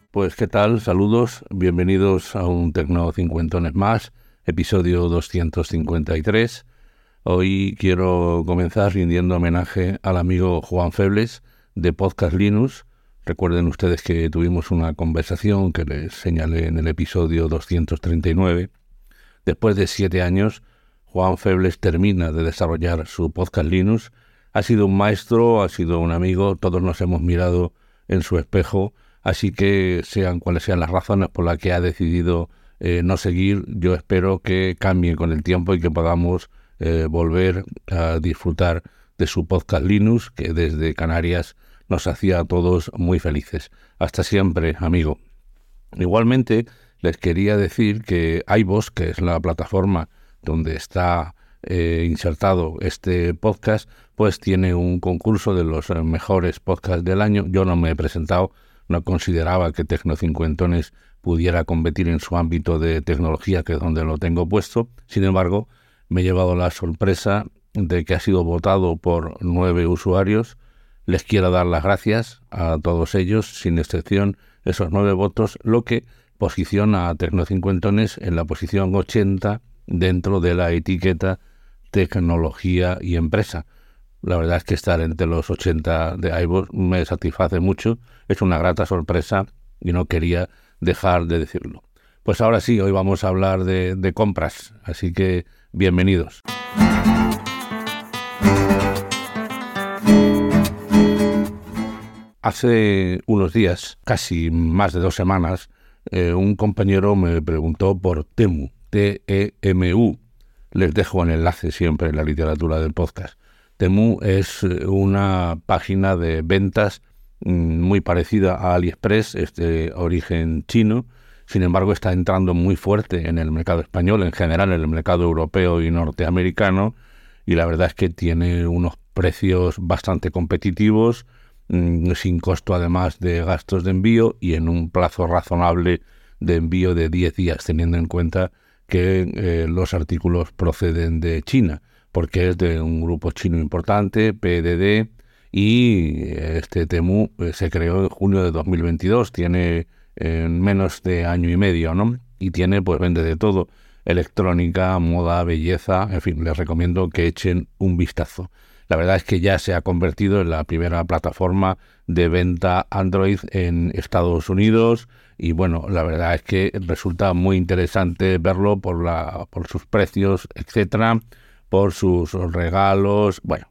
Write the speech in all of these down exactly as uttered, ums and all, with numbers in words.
Pues qué tal, saludos, bienvenidos a un Tecno Cincuentones más, episodio doscientos cincuenta y tres. Hoy quiero comenzar rindiendo homenaje al amigo Juan Febles de Podcast Linux. Recuerden ustedes que tuvimos una conversación que les señalé en el episodio doscientos treinta y nueve. Después de siete años, Juan Febles termina de desarrollar su Podcast Linux. Ha sido un maestro, ha sido un amigo, todos nos hemos mirado en su espejo. Así que sean cuales sean las razones por las que ha decidido eh, no seguir, yo espero que cambie con el tiempo y que podamos eh, volver a disfrutar de su Podcast Linux, que desde Canarias nos hacía a todos muy felices. Hasta siempre, amigo. Igualmente, les quería decir que iVoox, que es la plataforma donde está eh, insertado este podcast, pues tiene un concurso de los mejores podcasts del año. Yo no me he presentado. No consideraba que Tecno Cincuentones pudiera competir en su ámbito de tecnología, que es donde lo tengo puesto. Sin embargo, me he llevado la sorpresa de que ha sido votado por nueve usuarios. Les quiero dar las gracias a todos ellos, sin excepción, esos nueve votos, lo que posiciona a Tecno Cincuentones en la posición ochenta dentro de la etiqueta tecnología y empresa. La verdad es que estar entre los ochenta de iVoox me satisface mucho, es una grata sorpresa y no quería dejar de decirlo. Pues ahora sí, hoy vamos a hablar de, de compras, así que bienvenidos. Hace unos días, casi más de dos semanas, eh, un compañero me preguntó por Temu, T E M U. Les dejo el enlace siempre en la literatura del podcast. Temu es una página de ventas muy parecida a AliExpress, es de origen chino, sin embargo está entrando muy fuerte en el mercado español, en general en el mercado europeo y norteamericano, y la verdad es que tiene unos precios bastante competitivos, sin costo además de gastos de envío y en un plazo razonable de envío de diez días, teniendo en cuenta que eh, los artículos proceden de China, porque es de un grupo chino importante, P D D, y este Temu eh, se creó en junio de dos mil veintidós, tiene eh, menos de año y medio, ¿no? Y tiene, pues vende de todo, electrónica, moda, belleza, en fin, les recomiendo que echen un vistazo. La verdad es que ya se ha convertido en la primera plataforma de venta Android en Estados Unidos y bueno, la verdad es que resulta muy interesante verlo por, la, por sus precios, etcétera, por sus regalos, bueno,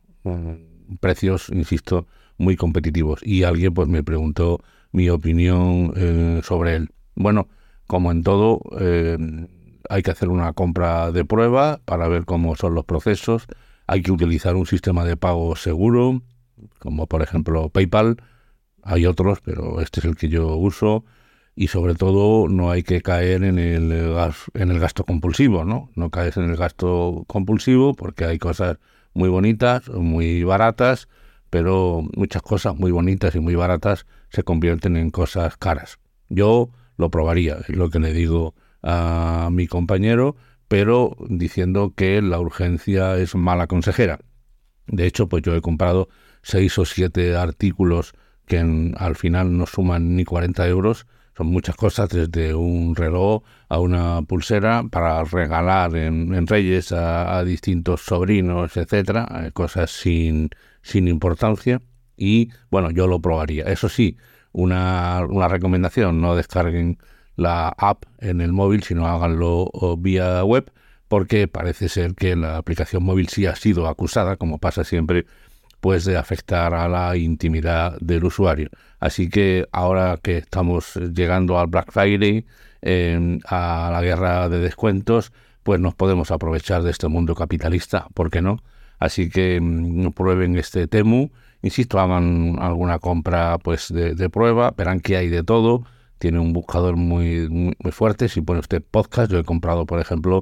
precios, insisto, muy competitivos. Y alguien pues me preguntó mi opinión eh, sobre él. Bueno, como en todo, eh, hay que hacer una compra de prueba para ver cómo son los procesos. Hay que utilizar un sistema de pago seguro, como por ejemplo PayPal. Hay otros, pero este es el que yo uso. Y sobre todo no hay que caer en el, en el gasto compulsivo, ¿no? No caes en el gasto compulsivo porque hay cosas muy bonitas, muy baratas, pero muchas cosas muy bonitas y muy baratas se convierten en cosas caras. Yo lo probaría, es lo que le digo a mi compañero, pero diciendo que la urgencia es mala consejera. De hecho, pues yo he comprado seis o siete artículos que en, al final no suman ni cuarenta euros. Son muchas cosas, desde un reloj a una pulsera para regalar en, en Reyes a, a distintos sobrinos, etcétera, cosas sin, sin importancia. Y bueno, yo lo probaría. Eso sí, una, una recomendación, no descarguen la app en el móvil, sino háganlo vía web, porque parece ser que la aplicación móvil sí ha sido acusada, como pasa siempre, pues de afectar a la intimidad del usuario. Así que ahora que estamos llegando al Black Friday, eh, a la guerra de descuentos, pues nos podemos aprovechar de este mundo capitalista, ¿por qué no? Así que mmm, prueben este Temu, insisto, hagan alguna compra pues de, de prueba, verán que hay de todo. Tiene un buscador muy, muy, muy fuerte. Si pone usted podcast, yo he comprado, por ejemplo,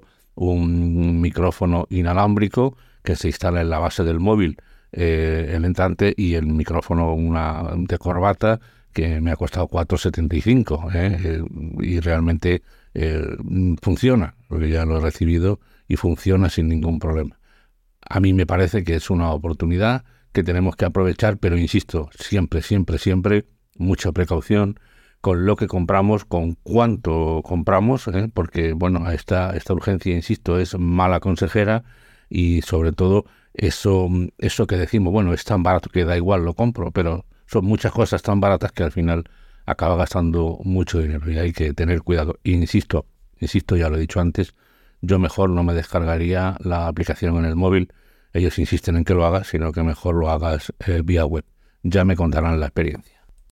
un micrófono inalámbrico que se instala en la base del móvil, eh, el entrante, y el micrófono una de corbata que me ha costado cuatro setenta y cinco, ¿eh? Y realmente eh, funciona, porque ya lo he recibido y funciona sin ningún problema. A mí me parece que es una oportunidad que tenemos que aprovechar, pero insisto, siempre, siempre, siempre, mucha precaución, con lo que compramos, con cuánto compramos, ¿eh? Porque, bueno, esta, esta urgencia, insisto, es mala consejera y sobre todo eso, eso que decimos, bueno, es tan barato que da igual, lo compro, pero son muchas cosas tan baratas que al final acaba gastando mucho dinero y hay que tener cuidado. E insisto, insisto, ya lo he dicho antes, yo mejor no me descargaría la aplicación en el móvil. Ellos insisten en que lo hagas, sino que mejor lo hagas eh, vía web. Ya me contarán la experiencia.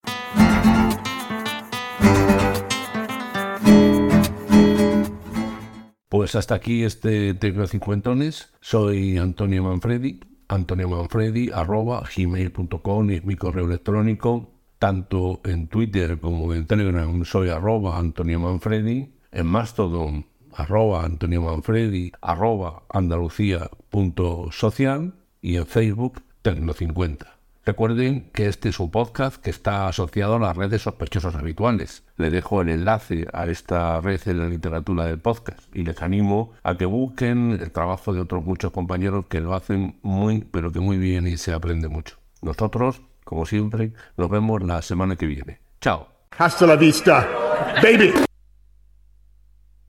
Pues hasta aquí este Tecnocincuentones. Soy Antonio Manfredi, Antonio Manfredi arroba gmail punto com es mi correo electrónico. Tanto en Twitter como en Telegram soy arroba Antonio Manfredi. En Mastodon arroba Antonio Manfredi, arroba Andalucía punto social y en Facebook Tecno cincuenta. Recuerden que este es un podcast que está asociado a las redes sospechosos habituales. Les dejo el enlace a esta red en la literatura del podcast y les animo a que busquen el trabajo de otros muchos compañeros que lo hacen muy, pero que muy bien y se aprende mucho. Nosotros, como siempre, nos vemos la semana que viene. Chao. Hasta la vista, baby.